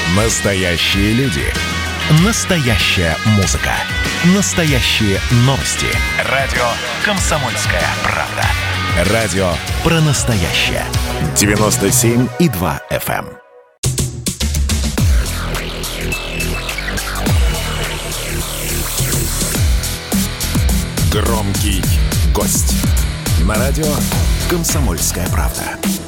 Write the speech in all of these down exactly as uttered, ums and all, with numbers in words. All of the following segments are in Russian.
Настоящие люди. Настоящая музыка. Настоящие новости. Радио «Комсомольская правда». Радио про настоящее. девяносто семь и два эф эм. Громкий гость. На радио «Комсомольская правда».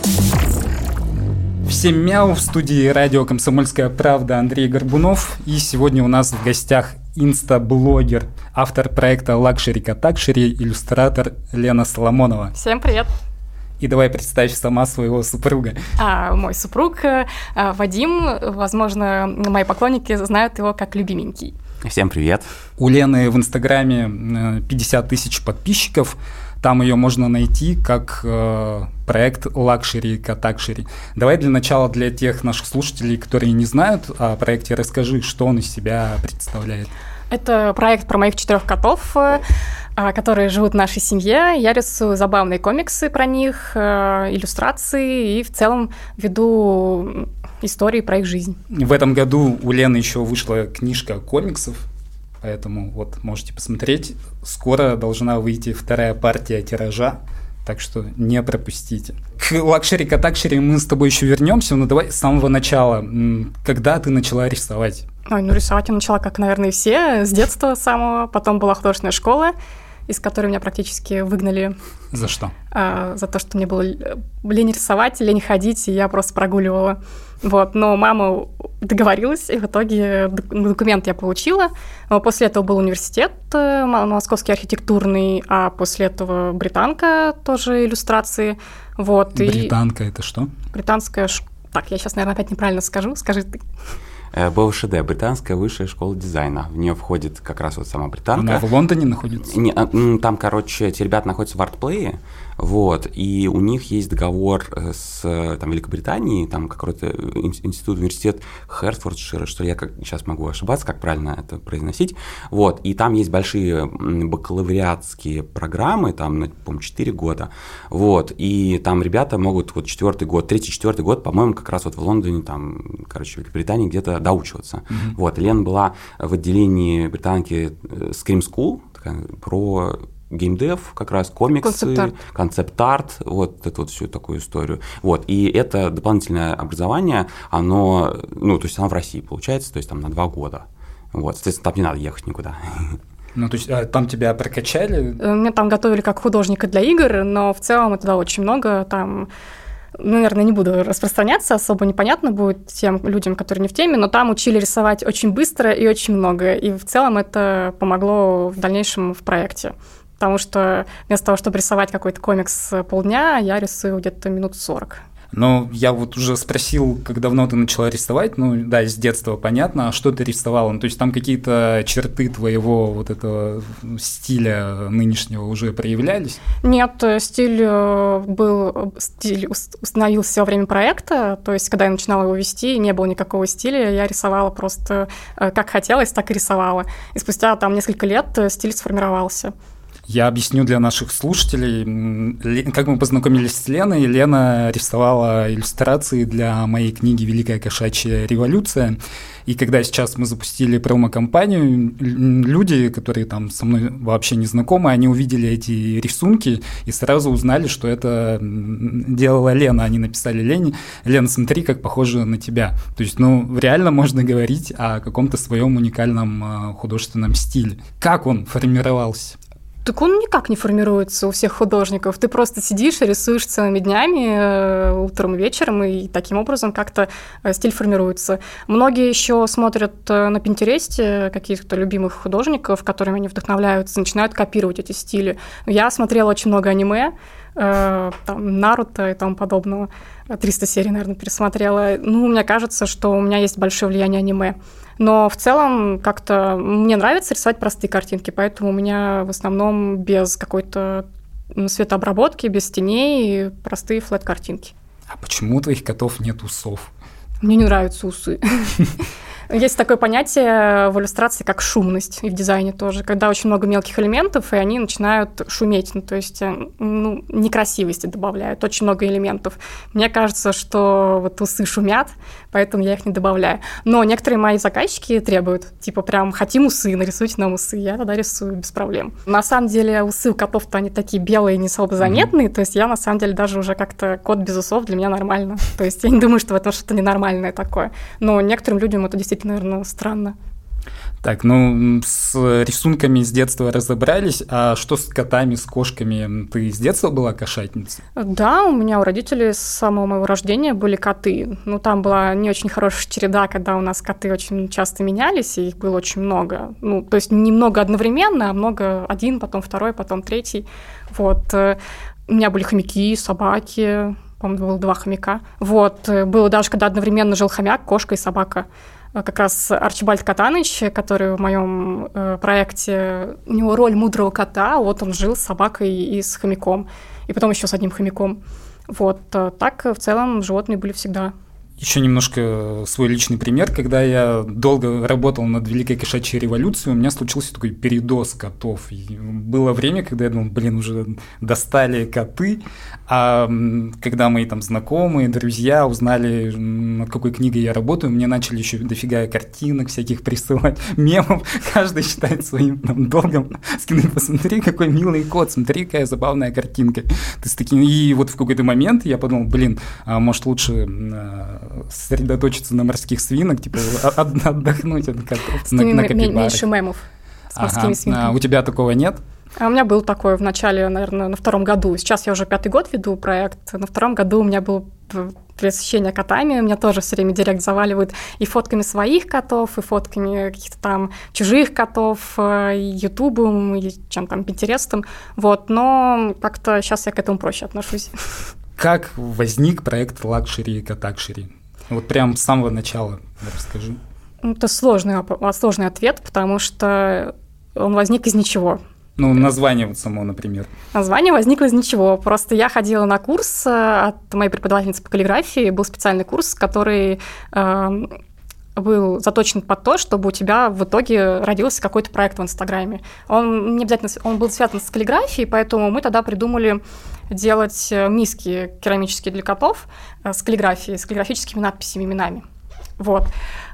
Всем мяу, в студии радио «Комсомольская правда» Андрей Горбунов. И сегодня у нас в гостях инста-блогер, автор проекта Luxury Catactury, иллюстратор Лена Соломонова. Всем привет! И давай представь сама своего супруга. А, мой супруг а, Вадим, возможно, мои поклонники знают его как любименький. Всем привет! У Лены в Инстаграме пятьдесят тысяч подписчиков. Там ее можно найти как э, проект Luxury Catactury. Давай для начала для тех наших слушателей, которые не знают о проекте, расскажи, что он из себя представляет. Это проект про моих четырех котов, которые живут в нашей семье. Я рисую забавные комиксы про них, иллюстрации и в целом веду истории про их жизнь. В этом году у Лены еще вышла книжка комиксов. Поэтому вот можете посмотреть. Скоро должна выйти вторая партия тиража, так что не пропустите. К Luxury Catactury мы с тобой еще вернемся, но давай с самого начала. Когда ты начала рисовать? Ой, ну рисовать я начала, как, наверное, и все, с детства самого. Потом была художественная школа, из которой меня практически выгнали. За что? А, за то, что мне было лень рисовать, лень ходить, и я просто прогуливала. Вот, но мама договорилась, и в итоге документ я получила. После этого был университет, Московский архитектурный, а после этого британка, тоже иллюстрации. Вот, британка и... это что? Британская... Так, я сейчас, наверное, опять неправильно скажу. Скажи ты. бэ вэ ша дэ, Британская высшая школа дизайна. В нее входит как раз вот сама британка. Она в Лондоне находится? Не, там, короче, эти ребята находятся в артплее, вот, и у них есть договор с там, Великобританией, там какой-то институт, университет Хертфордшира, что я как, сейчас могу ошибаться, как правильно это произносить, вот, и там есть большие бакалавриатские программы, там, по-моему, четыре года, вот, и там ребята могут вот четвертый год, третий, четвертый год, по-моему, как раз вот в Лондоне, там, короче, в Великобритании где-то доучиваться. Mm-hmm. Вот, Лена была в отделении британки Scream School, такая, про геймдев, как раз комиксы, концепт-арт, вот эту вот всю такую историю. Вот, и это дополнительное образование, оно, ну, то есть оно в России получается, то есть там на два года. Вот, соответственно, там не надо ехать никуда. Ну, то есть а, там тебя прокачали? Меня там готовили как художника для игр, но в целом это, да, очень много, там... Наверное, не буду распространяться, особо непонятно будет тем людям, которые не в теме, но там учили рисовать очень быстро и очень много, и в целом это помогло в дальнейшем в проекте, потому что вместо того, чтобы рисовать какой-то комикс полдня, я рисую где-то минут сорок. Ну, я вот уже спросил, как давно ты начала рисовать, ну, да, с детства понятно, а что ты рисовала? Ну, то есть там какие-то черты твоего вот этого стиля нынешнего уже проявлялись? Нет, стиль был, стиль установился во время проекта, то есть когда я начинала его вести, не было никакого стиля, я рисовала просто как хотелось, так и рисовала. И спустя там несколько лет стиль сформировался. Я объясню для наших слушателей, как мы познакомились с Леной. Лена рисовала иллюстрации для моей книги «Великая кошачья революция». И когда сейчас мы запустили промо-компанию, люди, которые там со мной вообще не знакомы, они увидели эти рисунки и сразу узнали, что это делала Лена. Они написали Лене: «Лена, смотри, как похоже на тебя». То есть, ну, реально можно говорить о каком-то своем уникальном художественном стиле. Как он формировался? Так он никак не формируется у всех художников. Ты просто сидишь и рисуешь целыми днями, утром и вечером, и таким образом как-то стиль формируется. Многие еще смотрят на Пинтересте каких-то любимых художников, которыми они вдохновляются, начинают копировать эти стили. Я смотрела очень много аниме, там, Наруто и тому подобного. триста серий, наверное, пересмотрела. Ну, мне кажется, что у меня есть большое влияние аниме. Но в целом как-то мне нравится рисовать простые картинки, поэтому у меня в основном без какой-то светообработки, без теней, простые флэт-картинки. А почему у твоих котов нет усов? Мне не нравятся усы. Есть такое понятие в иллюстрации, как шумность, и в дизайне тоже, когда очень много мелких элементов, и они начинают шуметь, ну, то есть ну, некрасивости добавляют, очень много элементов. Мне кажется, что вот усы шумят, поэтому я их не добавляю. Но некоторые мои заказчики требуют, типа, прям, хотим усы, нарисуйте нам усы, я тогда рисую без проблем. На самом деле усы у котов-то они такие белые, не особо заметные, mm-hmm. то есть я, на самом деле, даже уже как-то кот без усов для меня нормально. То есть я не думаю, что в этом что-то ненормальное такое. Но некоторым людям это действительно, наверное, странно. Так, ну, с рисунками с детства разобрались, а что с котами, с кошками? Ты с детства была кошатницей? Да, у меня у родителей с самого моего рождения были коты. Ну, там была не очень хорошая череда, когда у нас коты очень часто менялись, и их было очень много. Ну, то есть немного одновременно, а много один, потом второй, потом третий. Вот. У меня были хомяки, собаки, по-моему, было два хомяка. Вот. Было даже, когда одновременно жил хомяк, кошка и собака. Как раз Арчибальд Катаныч, который в моем э, проекте, у него роль мудрого кота, вот он жил с собакой и с хомяком, и потом еще с одним хомяком. Вот, так в целом животные были всегда. Еще немножко свой личный пример. Когда я долго работал над Великой кошачьей революцией, у меня случился такой передоз котов. И было время, когда я думал, блин, уже достали коты, а когда мои там знакомые, друзья узнали, над какой книгой я работаю, мне начали еще дофига картинок всяких присылать, мемов. Каждый считает своим там, долгом скинуть, посмотри, какой милый кот, смотри, какая забавная картинка. И вот в какой-то момент я подумал, блин, а может лучше сосредоточиться на морских свинок, типа отдохнуть от котов, на, на капибарах. Меньше мемов с морскими ага. свинками. А у тебя такого нет? А у меня был такой в начале, наверное, на втором году. Сейчас я уже пятый год веду проект. На втором году у меня было пресыщение котами. Меня тоже все время директ заваливают и фотками своих котов, и фотками каких-то там чужих котов, и ютубом, и чем там, пинтерестом. Вот. Но как-то сейчас я к этому проще отношусь. Как возник проект Luxury Catactuary? Вот прям с самого начала расскажи. Это сложный, сложный ответ, потому что он возник из ничего. Ну, название вот само, например. Название возникло из ничего. Просто я ходила на курс от моей преподавательницы по каллиграфии. Был специальный курс, который э, был заточен под то, чтобы у тебя в итоге родился какой-то проект в Инстаграме. Он не обязательно, он был связан с каллиграфией, поэтому мы тогда придумали делать миски керамические для котов с каллиграфией, с каллиграфическими надписями, именами. Вот.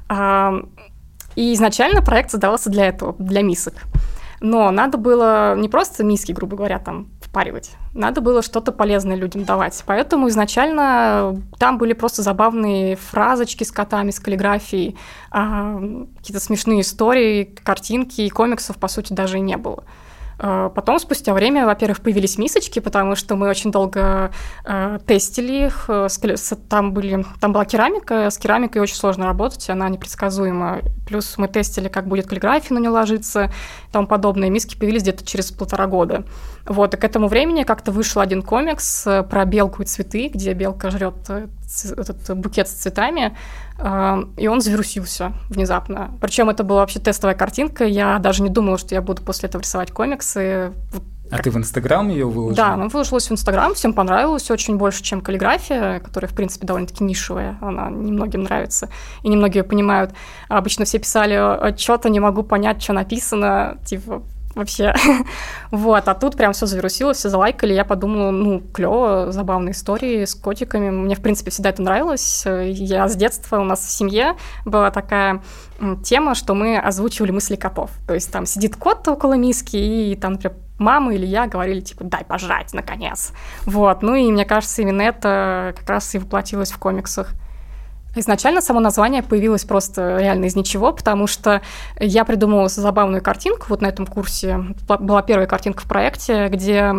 И изначально проект создавался для этого, для мисок. Но надо было не просто миски, грубо говоря, там впаривать, надо было что-то полезное людям давать. Поэтому изначально там были просто забавные фразочки с котами, с каллиграфией, какие-то смешные истории, картинки, и комиксов, по сути, даже и не было. Потом, спустя время, во-первых, появились мисочки, потому что мы очень долго э, тестили их. Там, были, там была керамика, с керамикой очень сложно работать, она непредсказуема. Плюс мы тестили, как будет каллиграфия на нее ложиться и тому подобное. Миски появились где-то через полтора года. Вот, и к этому времени как-то вышел один комикс про белку и цветы, где белка жрет этот букет с цветами, и он завирусился внезапно. Причем это была вообще тестовая картинка, я даже не думала, что я буду после этого рисовать комиксы. А как... ты в Инстаграм ее выложила? Да, она выложилась в Инстаграм, всем понравилось, очень больше, чем каллиграфия, которая, в принципе, довольно-таки нишевая, она немногим нравится, и немногие ее понимают. Обычно все писали, что-то не могу понять, что написано, типа... вообще. Вот, а тут прям все завирусилось, все залайкали, я подумала, ну, клево, забавные истории с котиками. Мне, в принципе, всегда это нравилось. Я с детства, у нас в семье была такая тема, что мы озвучивали мысли котов. То есть там сидит кот около миски, и там, например, мама или я говорили, типа, дай пожрать, наконец. Вот, ну и мне кажется, именно это как раз и воплотилось в комиксах. Изначально само название появилось просто реально из ничего, потому что я придумала забавную картинку вот на этом курсе. Была первая картинка в проекте, где,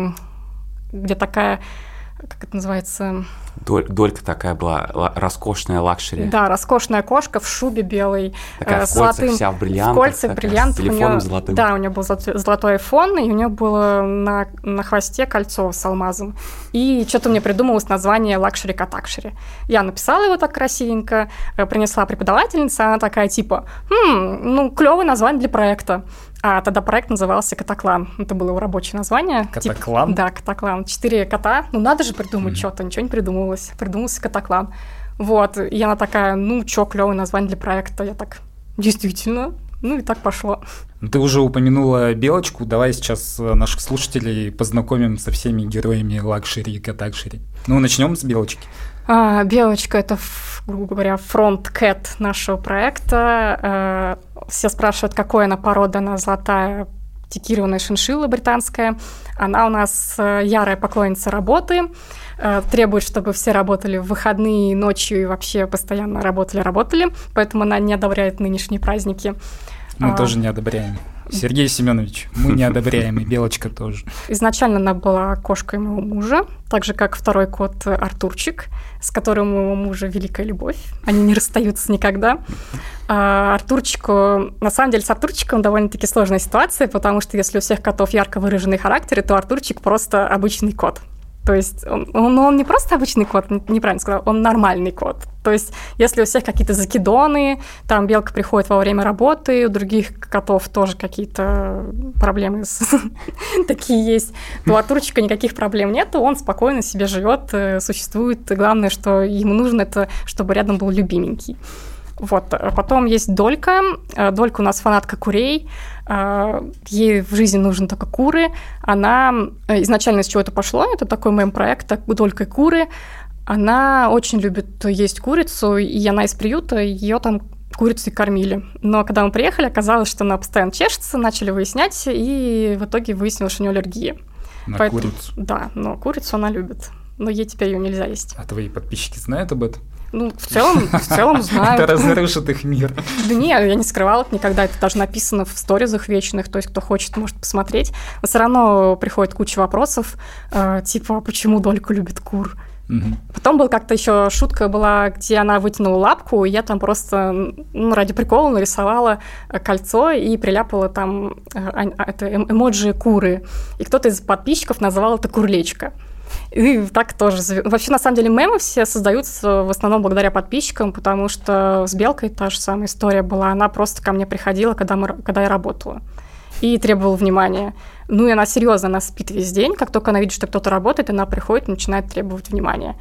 где такая, как это называется... Доль, долька такая была, ла, роскошная лакшери. Да, роскошная кошка в шубе белой. Такая э, в кольцах, золотым, вся в бриллиантах. В кольцах, бриллиантах. С телефоном нее, золотым. Да, у нее был золотой, золотой айфон, и у нее было на, на хвосте кольцо с алмазом. И что-то мне придумалось название Luxury Catactuary. Я написала его так красивенько, принесла преподавательница, она такая типа, хм, ну, клевое название для проекта. А тогда проект назывался «Катаклан». Это было его рабочее название. «Катаклан»? Тип, да, «Катаклан». Четыре кота. Ну, надо же придумать mm-hmm. что-то. Ничего не придумывалось. Придумался «Катаклан». Вот. И она такая, ну, чё, клёвое название для проекта. Я так, действительно. Ну, и так пошло. Ты уже упомянула белочку. Давай сейчас наших слушателей познакомим со всеми героями Luxury и Catactuary. Ну, начнем с белочки. А, Белочка — это, грубо говоря, фронт-кэт нашего проекта. Все спрашивают, какой она порода, она золотая текированная шиншилла британская. Она у нас ярая поклонница работы, требует, чтобы все работали в выходные, ночью и вообще постоянно работали-работали, поэтому она не одобряет нынешние праздники. Мы а... тоже не одобряем. Сергей Семенович, мы не одобряем, и Белочка тоже. Изначально она была кошкой моего мужа, так же, как второй кот Артурчик, с которым у моего мужа великая любовь. Они не расстаются никогда. А Артурчику... На самом деле, с Артурчиком довольно-таки сложная ситуация, потому что если у всех котов ярко выраженные характеры, то Артурчик просто обычный кот. То есть он, он, он не просто обычный кот, неправильно сказала, он нормальный кот. То есть если у всех какие-то закидоны, там белка приходит во время работы, у других котов тоже какие-то проблемы такие есть, то у Артурчика никаких проблем нет, он спокойно себе живет, существует. Главное, что ему нужно, это чтобы рядом был любименький. Вот. Потом есть Долька. Долька у нас фанатка курей. Ей в жизни нужны только куры. Она изначально с чего это пошло, это такой мем-проект «Долька и куры». Она очень любит есть курицу, и она из приюта, ее там курицей кормили. Но когда мы приехали, оказалось, что она постоянно чешется, начали выяснять, и в итоге выяснилось, что у нее аллергия. На Поэтому, курицу? Да, но курицу она любит. Но ей теперь ее нельзя есть. А твои подписчики знают об этом? Ну, в целом, в целом знают. Это разрушит их мир. Да не, я не скрывала это никогда, это даже написано в сторизах вечных, то есть кто хочет, может посмотреть. Но все равно приходит куча вопросов, э, типа, почему Долька любит кур? Угу. Потом была как-то еще шутка была, где она вытянула лапку, и я там просто, ну, ради прикола нарисовала кольцо и приляпала там э, это, эмоджи куры. И кто-то из подписчиков назвал это курлечко. И так тоже. Вообще, на самом деле, мемы все создаются в основном благодаря подписчикам, потому что с Белкой та же самая история была. Она просто ко мне приходила, когда, мы, когда я работала, и требовала внимания. Ну, и она серьезно, она спит весь день. Как только она видит, что кто-то работает, она приходит и начинает требовать внимания.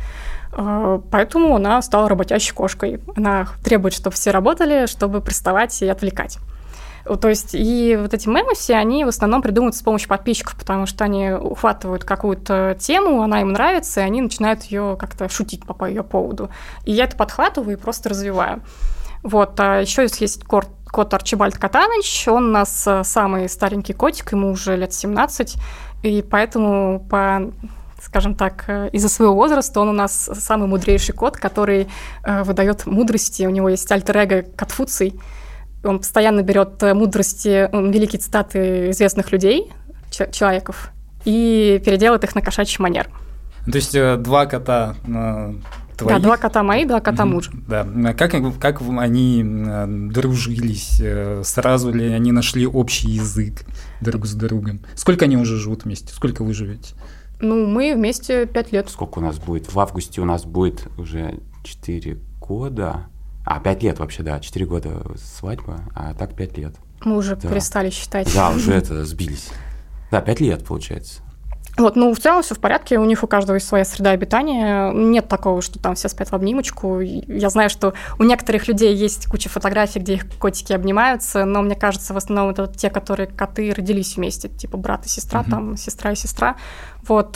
Поэтому она стала работящей кошкой. Она требует, чтобы все работали, чтобы приставать и отвлекать. То есть и вот эти мемы все, они в основном придумываются с помощью подписчиков, потому что они ухватывают какую-то тему, она им нравится, и они начинают ее как-то шутить по, по ее поводу. И я это подхватываю и просто развиваю. Вот. А еще есть кот, кот Арчибальд Катаныч, он у нас самый старенький котик, ему уже лет семнадцать, и поэтому по... скажем так, из-за своего возраста он у нас самый мудрейший кот, который выдает мудрости. У него есть альтер-эго Конфуций. Он постоянно берет мудрости, великие цитаты известных людей, человеков, и переделывает их на кошачий манер. То есть два кота твоих? Да, два кота мои, два кота мужа. Да. Как, как они дружились? Сразу ли они нашли общий язык друг с другом? Сколько они уже живут вместе? Сколько вы живете? Ну, мы вместе пять лет. Сколько у нас будет? В августе у нас будет уже четыре года. А, пять лет вообще, да, четыре года свадьба, а так пять лет. Мы уже да. перестали считать. Да, уже это, сбились. Да, пять лет, получается. Вот, ну, в целом все в порядке, у них у каждого есть своя среда обитания, нет такого, что там все спят в обнимочку. Я знаю, что у некоторых людей есть куча фотографий, где их котики обнимаются, но мне кажется, в основном это те, которые коты родились вместе, типа брат и сестра, uh-huh. там сестра и сестра. Вот,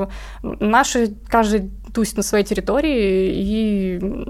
наши, каждый тусит на своей территории и...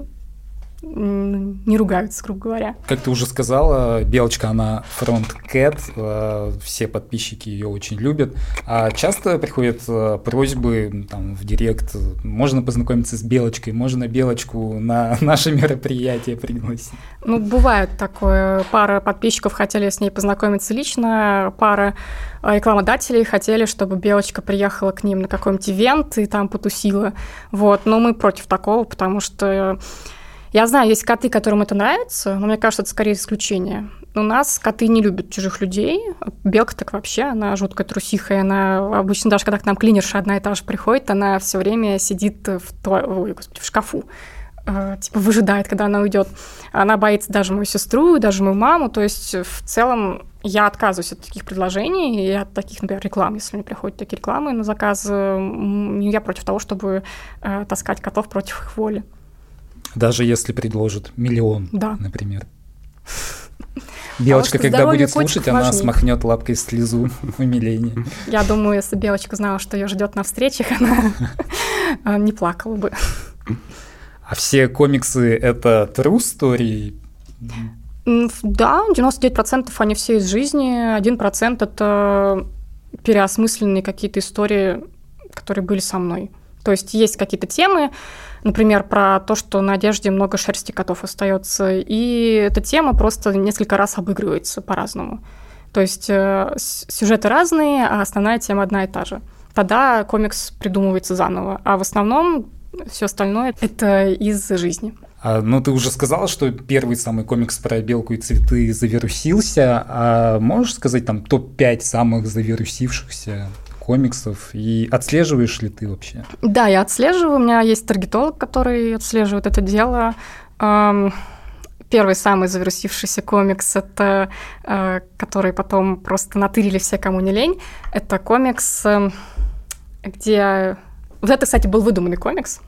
не ругаются, грубо говоря. Как ты уже сказала, Белочка, она фронт-кэт, все подписчики ее очень любят. А часто приходят просьбы там, в директ, можно познакомиться с Белочкой, можно Белочку на наше мероприятие пригласить? Ну, бывает такое. Пара подписчиков хотели с ней познакомиться лично, пара рекламодателей хотели, чтобы Белочка приехала к ним на какой-нибудь ивент и там потусила. Вот. Но мы против такого, потому что я знаю, есть коты, которым это нравится, но мне кажется, это скорее исключение. У нас коты не любят чужих людей. Белка так вообще, она жуткая трусиха, и она обычно даже, когда к нам клинерша одна и та же приходит, она все время сидит в, ой, господи, в шкафу, э, типа выжидает, когда она уйдет. Она боится даже мою сестру, даже мою маму. То есть в целом я отказываюсь от таких предложений и от таких, например, реклам. Если мне приходят такие рекламы на заказ, я против того, чтобы э, таскать котов против их воли. Даже если предложат миллион, да. например. Белочка, когда будет слушать, она важнее. Смахнет лапкой слезу умиления. Я думаю, если Белочка знала, что ее ждет на встречах, она не плакала бы. А все комиксы — это true story? Да, девяносто девять процентов они все из жизни, один процент — это переосмысленные какие-то истории, которые были со мной. То есть есть какие-то темы, например, про то, что на одежде много шерсти котов остается, и эта тема просто несколько раз обыгрывается по-разному. То есть сюжеты разные, а основная тема одна и та же. Тогда комикс придумывается заново, а в основном все остальное — это из жизни. А, ну, ты уже сказала, что первый самый комикс про белку и цветы завирусился. А можешь сказать там топ пять самых завирусившихся комиксов? И отслеживаешь ли ты вообще? Да, я отслеживаю. У меня есть таргетолог, который отслеживает это дело. Первый самый завирусившийся комикс, это который потом просто натырили все, кому не лень. Это комикс, где... Вот это, кстати, был выдуманный комикс.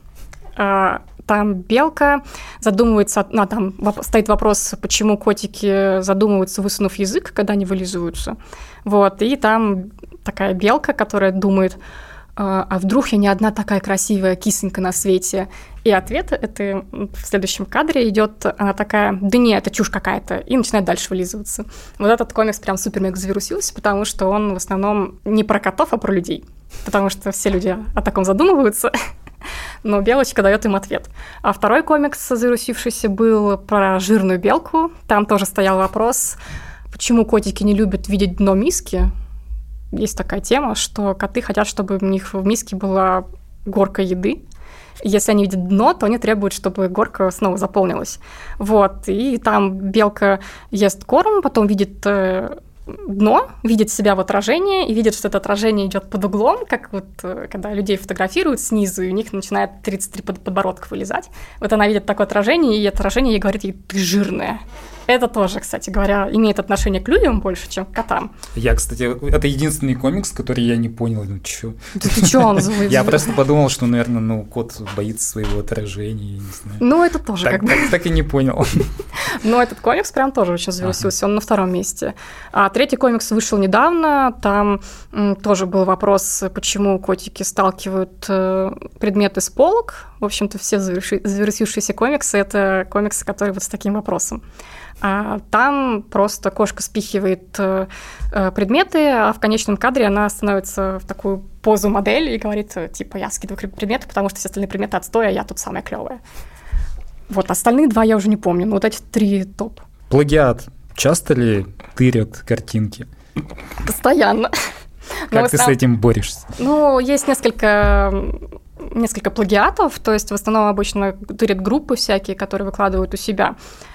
Там белка задумывается, ну, там стоит вопрос, почему котики задумываются, высунув язык, когда они вылизываются. Вот, и там такая белка, которая думает, а вдруг я не одна такая красивая кисонька на свете? И ответ это в следующем кадре идет, она такая, да не, это чушь какая-то, и начинает дальше вылизываться. Вот этот комикс прям супер-мега завирусился, потому что он в основном не про котов, а про людей. Потому что все люди о таком задумываются, но белочка дает им ответ. А второй комикс, завирусившийся, был про жирную белку. Там тоже стоял вопрос, почему котики не любят видеть дно миски. Есть такая тема, что коты хотят, чтобы у них в миске была горка еды. Если они видят дно, то они требуют, чтобы горка снова заполнилась. Вот. И там белка ест корм, потом видит дно, видит себя в отражении и видит, что это отражение идет под углом, как вот когда людей фотографируют снизу, и у них начинает тридцать три подбородка вылезать. Вот она видит такое отражение, и отражение ей говорит ей: ты жирная. Это тоже, кстати говоря, имеет отношение к людям больше, чем к котам. Я, кстати, это единственный комикс, который я не понял. Ну, чё? Да ты чё, он звучит? Я просто подумал, что, наверное, ну, кот боится своего отражения, не знаю. Ну, это тоже так, как бы... Так, так и не понял. Но этот комикс прям тоже очень завирусился, он на втором месте. А третий комикс вышел недавно, там м, тоже был вопрос, почему котики сталкивают э, предметы с полок. В общем-то, все завирусившиеся комиксы — это комиксы, которые вот с таким вопросом. А там просто кошка спихивает э, предметы, а в конечном кадре она становится в такую позу модель и говорит, типа, я скидываю предметы, потому что все остальные предметы отстой, а я тут самая клевая. Вот, остальные два я уже не помню, но вот эти три топ. Плагиат. Часто ли тырят картинки? Постоянно. Как ты с этим борешься? Ну, есть несколько... несколько плагиатов, то есть в основном обычно тырят группы всякие, которые выкладывают у себя.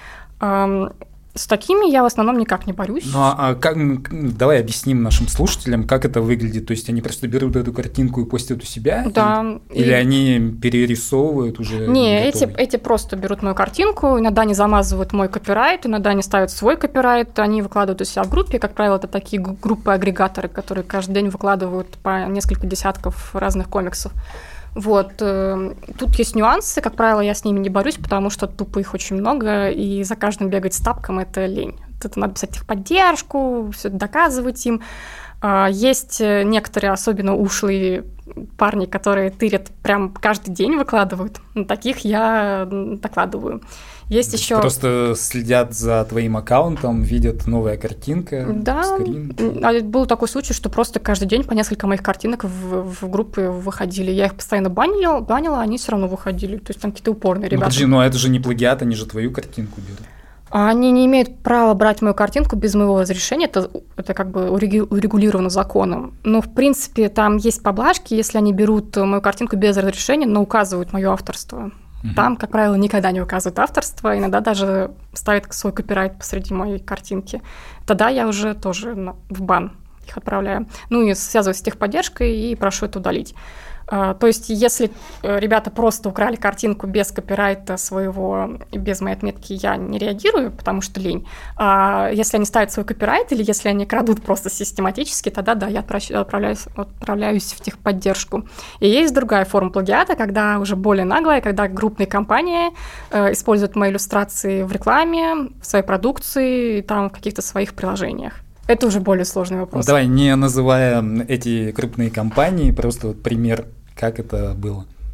С такими я в основном никак не борюсь. Ну а как, давай объясним нашим слушателям, как это выглядит. То есть они просто берут эту картинку и постят у себя? Да. И... Или и... они перерисовывают уже? Не, эти, эти просто берут мою картинку, иногда они замазывают мой копирайт, иногда они ставят свой копирайт, они выкладывают у себя в группе. Как правило, это такие группы-агрегаторы, которые каждый день выкладывают по несколько десятков разных комиксов. Вот. Тут есть нюансы, как правило, я с ними не борюсь, потому что тупо их очень много, и за каждым бегать с тапком – это лень. Это надо писать в поддержку, все это доказывать им. Есть некоторые особенно ушлые парни, которые тырят прям каждый день выкладывают. На таких я докладываю. Есть еще... Просто следят за твоим аккаунтом, видят новая картинка, да, скрин. Был такой случай, что просто каждый день по несколько моих картинок в, в группы выходили. Я их постоянно банила, банила, они все равно выходили. То есть там какие-то упорные ребята. Ну, подожди, но это же не плагиат, они же твою картинку берут. Они не имеют права брать мою картинку без моего разрешения, это, это как бы урегулировано законом. Но, в принципе, там есть поблажки, если они берут мою картинку без разрешения, но указывают мое авторство. Угу. Там, как правило, никогда не указывают авторство, иногда даже ставят свой копирайт посреди моей картинки. Тогда я уже тоже в бан их отправляю. Ну и связываюсь с техподдержкой и прошу это удалить. То есть, если ребята просто украли картинку без копирайта своего, без моей отметки, я не реагирую, потому что лень. А если они ставят свой копирайт или если они крадут просто систематически, тогда да, я отправляюсь, отправляюсь в техподдержку. И есть другая форма плагиата, когда уже более наглая, когда крупные компании э, используют мои иллюстрации в рекламе, в своей продукции, там, в каких-то своих приложениях. Это уже более сложный вопрос. Давай, не называя эти крупные компании, просто вот пример, как это было.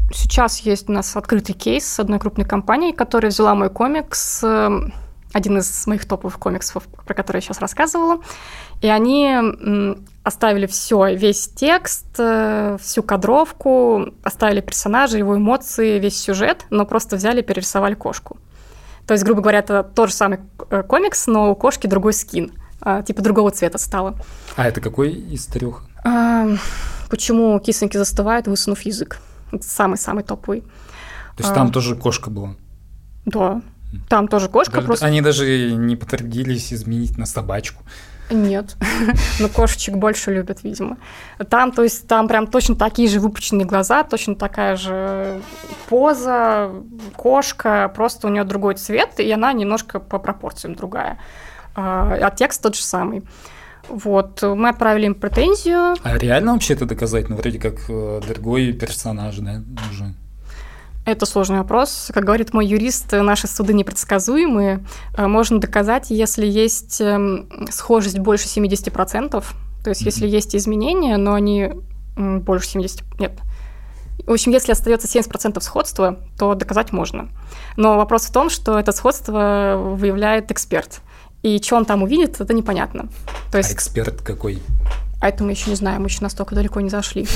Сейчас есть у нас открытый кейс с одной крупной компанией, которая взяла мой комикс, один из моих топовых комиксов, про который я сейчас рассказывала, и они оставили все, весь текст, всю кадровку, оставили персонажа, его эмоции, весь сюжет, но просто взяли и перерисовали кошку. То есть, грубо говоря, это тот же самый комикс, но у кошки другой скин, типа другого цвета стало. А это какой из трех? А, почему кисоньки застывают, высунув язык? Это самый-самый топовый. То есть а, там тоже кошка была? Да, там тоже кошка. Даже, просто... Они даже не потрудились изменить на собачку? Нет, но кошечек больше любят, видимо. Там, то есть, там прям точно такие же выпученные глаза, точно такая же поза, кошка, просто у нее другой цвет, и она немножко по пропорциям другая. А текст тот же самый. Вот, мы отправили им претензию. А реально вообще это доказать? Ну, вроде как другой персонаж, да, уже? Это сложный вопрос. Как говорит мой юрист, наши суды непредсказуемые. Можно доказать, если есть схожесть больше семьдесят процентов. То есть, mm-hmm. если есть изменения, но они больше семьдесят процентов... Нет. В общем, если остается семьдесят процентов сходства, то доказать можно. Но вопрос в том, что это сходство выявляет эксперт. И что он там увидит, это непонятно. То есть... А эксперт какой? А это мы еще не знаем, мы еще настолько далеко не зашли.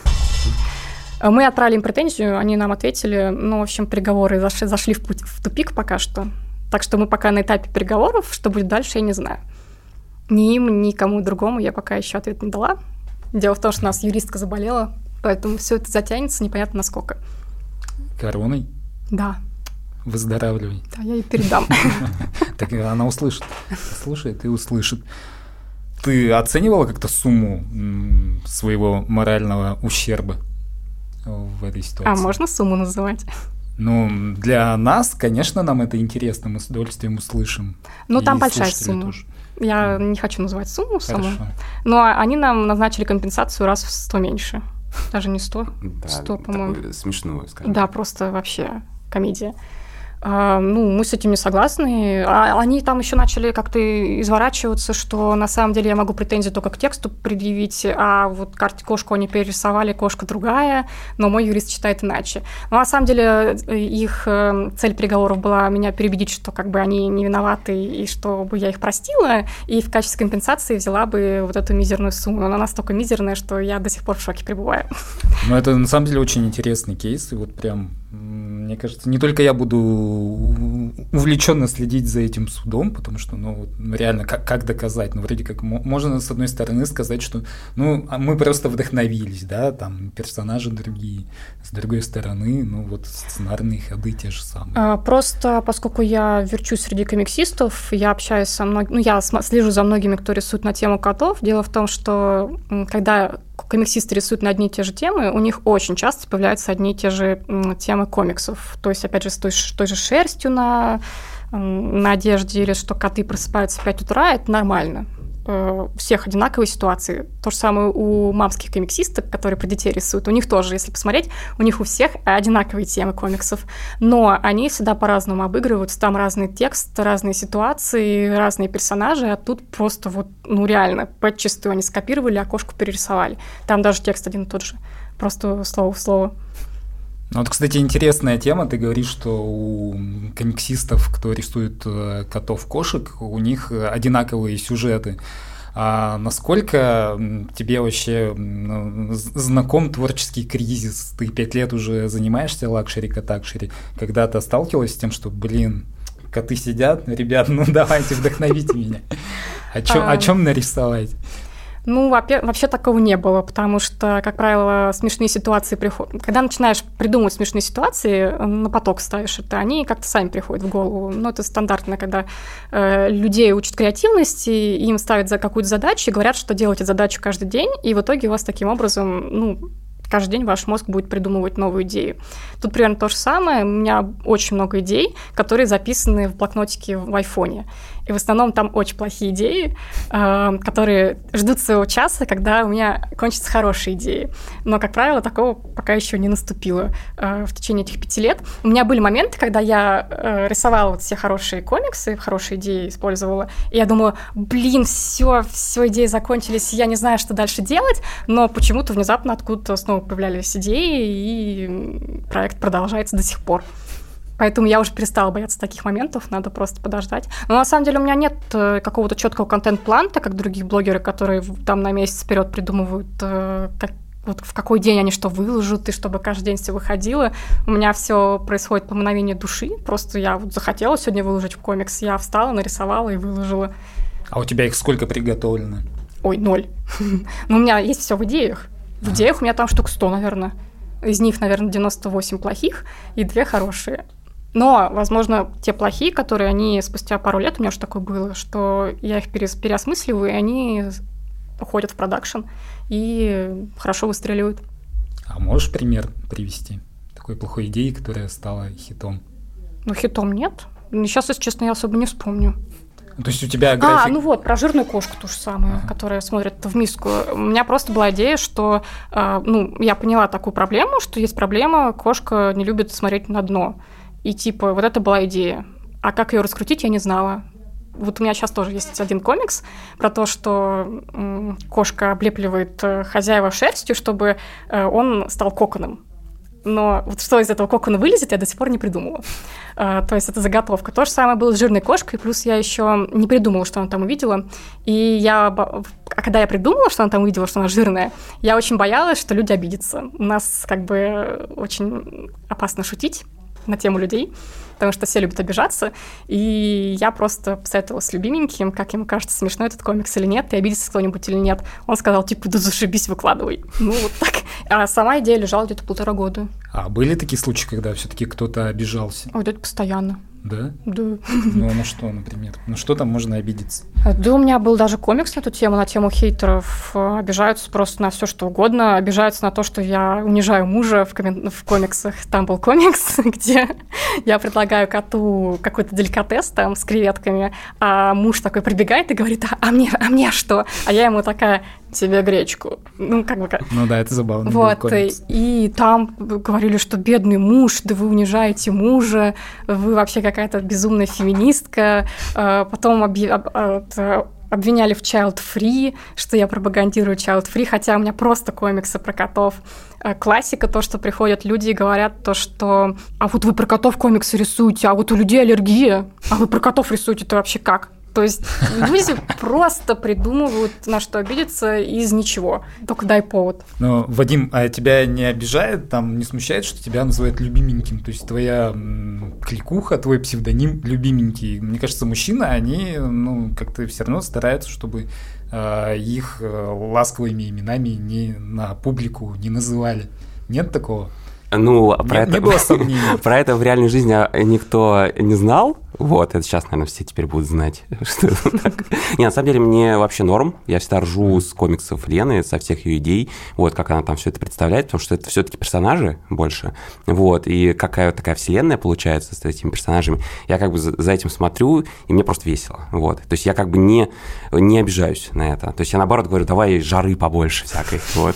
Мы отправили им претензию, они нам ответили, ну, в общем, переговоры зашли, зашли в, путь, в тупик пока что. Так что мы пока на этапе переговоров, что будет дальше, я не знаю. Ни им, ни кому другому я пока еще ответ не дала. Дело в том, что у нас юристка заболела, поэтому все это затянется непонятно насколько. Короной? Да. Выздоравливай. Да, я ей передам. Так она услышит. Слушает и услышит. Ты оценивала как-то сумму своего морального ущерба в этой ситуации? А можно сумму называть? Ну, для нас, конечно, нам это интересно, мы с удовольствием услышим. Ну, там большая сумма. Тоже. Я mm. не хочу называть сумму саму, Хорошо. Но они нам назначили компенсацию раз в сто меньше. Даже не сто, да, сто, по-моему. Смешную, скажем. Да, просто вообще комедия. А, ну, мы с этим не согласны. А они там еще начали как-то изворачиваться, что на самом деле я могу претензии только к тексту предъявить, а вот кошку они перерисовали, кошка другая, но мой юрист считает иначе. Но на самом деле их цель переговоров была меня переубедить, что как бы они не виноваты и чтобы я их простила, и в качестве компенсации взяла бы вот эту мизерную сумму. Но она настолько мизерная, что я до сих пор в шоке пребываю. Ну, это на самом деле очень интересный кейс, и вот прям, мне кажется, не только я буду увлеченно следить за этим судом, потому что, ну, реально, как, как доказать? Ну, вроде как можно, с одной стороны, сказать, что, ну, мы просто вдохновились, да, там, персонажи другие, с другой стороны, ну, вот сценарные ходы те же самые. Просто, поскольку я верчусь среди комиксистов, я общаюсь со многими, ну, я слежу за многими, кто рисует на тему котов. Дело в том, что когда комиксисты рисуют на одни и те же темы, у них очень часто появляются одни и те же темы комиксов. То есть, опять же, с той, той же шерстью на, на одежде, или что коты просыпаются в пять утра, это нормально. У всех одинаковые ситуации. То же самое у мамских комиксисток, которые про детей рисуют. У них тоже, если посмотреть, у них у всех одинаковые темы комиксов. Но они всегда по-разному обыгрываются. Там разный текст, разные ситуации, разные персонажи. А тут просто вот, ну реально, подчистую они скопировали, а кошку перерисовали. Там даже текст один и тот же. Просто слово в слово. Ну, вот, кстати, интересная тема. Ты говоришь, что у комиксистов, кто рисует котов-кошек, у них одинаковые сюжеты. А насколько тебе вообще знаком творческий кризис? Ты пять лет уже занимаешься лакшери-катакшери. Когда-то сталкивалась с тем, что, блин, коты сидят, ребят, ну давайте, вдохновите меня. О чем, о чем нарисовать? Ну, вообще такого не было, потому что, как правило, смешные ситуации приходят. Когда начинаешь придумывать смешные ситуации, на поток ставишь это, они как-то сами приходят в голову. Ну, это стандартно, когда э, людей учат креативности, им ставят за какую-то задачу и говорят, что делайте задачу каждый день, и в итоге у вас таким образом, ну, каждый день ваш мозг будет придумывать новую идею. Тут примерно то же самое. У меня очень много идей, которые записаны в блокнотике в айфоне. И в основном там очень плохие идеи, э, которые ждут своего часа, когда у меня кончатся хорошие идеи. Но, как правило, такого пока еще не наступило э, в течение этих пяти лет. У меня были моменты, когда я э, рисовала вот все хорошие комиксы, хорошие идеи использовала, и я думала, блин, все, все идеи закончились, я не знаю, что дальше делать, но почему-то внезапно откуда-то снова снова появлялись идеи, и проект продолжается до сих пор. Поэтому я уже перестала бояться таких моментов, надо просто подождать. Но на самом деле у меня нет какого-то четкого контент-плана, как другие блогеры, которые там на месяц вперед придумывают, как, вот в какой день они что выложат, и чтобы каждый день все выходило. У меня все происходит по мгновению души. Просто я вот захотела сегодня выложить в комикс, я встала, нарисовала и выложила. А у тебя их сколько приготовлено? Ой, ноль. Но у меня есть все в идеях. В идеях у меня там штук сто, наверное. Из них, наверное, девяносто восемь плохих и две хорошие. Но, возможно, те плохие, которые они спустя пару лет, у меня уже такое было, что я их перес, переосмысливаю, и они уходят в продакшн и хорошо выстреливают. А можешь пример привести такой плохой идеи, которая стала хитом? Ну, хитом нет. Сейчас, если честно, я особо не вспомню. То есть у тебя график... А, ну вот, про жирную кошку ту же самую, ага. которая смотрит в миску. У меня просто была идея, что, э, ну, я поняла такую проблему, что есть проблема, кошка не любит смотреть на дно. И типа вот это была идея. А как ее раскрутить, я не знала. Вот у меня сейчас тоже есть один комикс про то, что м, кошка облепливает хозяева шерстью, чтобы э, он стал коконом. Но вот что из этого кокона вылезет, я до сих пор не придумала. Uh, то есть это заготовка. То же самое было с жирной кошкой, плюс я еще не придумала, что она там увидела. И я, а когда я придумала, что она там увидела, что она жирная, я очень боялась, что люди обидятся. У нас как бы очень опасно шутить на тему людей, потому что все любят обижаться, и я просто посоветовала с любименьким, как ему кажется, смешной этот комикс или нет, и обидится кто-нибудь или нет. Он сказал, типа, да зашибись, выкладывай. Ну, вот так. А сама идея лежала где-то полтора года. А были такие случаи, когда все-таки кто-то обижался? Ой, это постоянно. Да? Да. Ну, на что, например? На что там можно обидеться? Да, у меня был даже комикс на эту тему, на тему хейтеров. Обижаются просто на все что угодно. Обижаются на то, что я унижаю мужа в, коммен... в комиксах. Там был комикс, где я предлагаю коту какой-то деликатес там с креветками, а муж такой прибегает и говорит, а, а, мне, а мне что? А я ему такая, тебе гречку. Ну, как бы... Ну да, это забавно. Вот, и, и там говорили, что бедный муж, да вы унижаете мужа, вы вообще какая-то безумная феминистка. Потом объ... обвиняли в child-free, что я пропагандирую child-free, хотя у меня просто комиксы про котов. Классика, то, что приходят люди и говорят то, что «а вот вы про котов комиксы рисуете, а вот у людей аллергия, а вы про котов рисуете, это вообще как?» То есть люди просто придумывают, на что обидеться из ничего. Только дай повод. Но, Вадим, а тебя не обижает, там, не смущает, что тебя называют любименьким? То есть твоя м, кликуха, твой псевдоним любименький. Мне кажется, мужчины, они ну, как-то все равно стараются, чтобы э, их э, ласковыми именами не на публику не называли. Нет такого? Ну, про, не, это, не было сомнений. Про это в реальной жизни никто не знал. Вот, это сейчас, наверное, все теперь будут знать, что это так. Не, на самом деле, мне вообще норм. Я всегда ржу с комиксов Лены, со всех ее идей, вот, как она там все это представляет, потому что это все-таки персонажи больше, вот, и какая такая вселенная получается с этими персонажами. Я как бы за, за этим смотрю, и мне просто весело, вот. То есть я как бы не, не обижаюсь на это. То есть я, наоборот, говорю, давай жары побольше всякой, вот.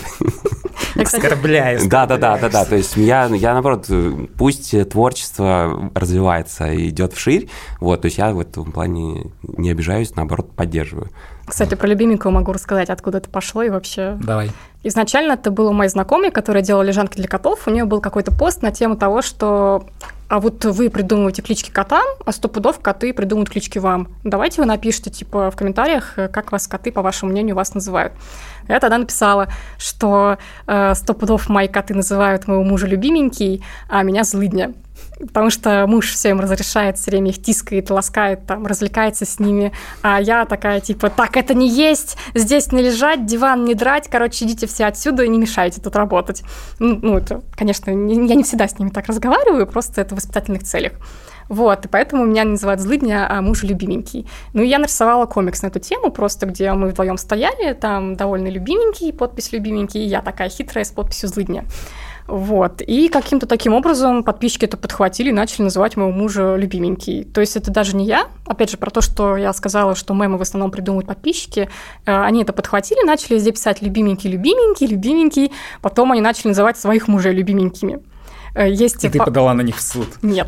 Оскорбляюсь. Да, да, да, да, да. То есть я, я, наоборот, пусть творчество развивается и идет вширь, вот, то есть я в этом плане не обижаюсь, наоборот, поддерживаю. Кстати, про любименького могу рассказать, откуда это пошло и вообще... Давай. Изначально это был у моей знакомой, которая делала лежанки для котов. У нее был какой-то пост на тему того, что а вот вы придумываете клички котам, а сто пудов коты придумают клички вам. Давайте вы напишите, типа, в комментариях, как вас коты, по вашему мнению, вас называют. Я тогда написала, что э, сто пудов мои коты называют моего мужа любименький, а меня злыдня. Потому что муж все им разрешает, все время их тискает, ласкает, там, развлекается с ними. А я такая, типа, так, это не есть, здесь не лежать, диван не драть, короче, идите все отсюда и не мешайте тут работать. Ну, ну это, конечно, не, я не всегда с ними так разговариваю, просто это в воспитательных целях. Вот, и поэтому меня называют злыдня, а муж любименький. Ну, и я нарисовала комикс на эту тему, просто где мы вдвоем стояли, там довольно любименький, подпись любименький, и я такая хитрая с подписью злыдня. Вот. И каким-то таким образом подписчики это подхватили и начали называть моего мужа любименький. То есть это даже не я. Опять же, про то, что я сказала, что мемы в основном придумывают подписчики. Они это подхватили, начали везде писать любименький, любименький, любименький. Потом они начали называть своих мужей любименькими. Есть и ты по... подала на них в суд? Нет.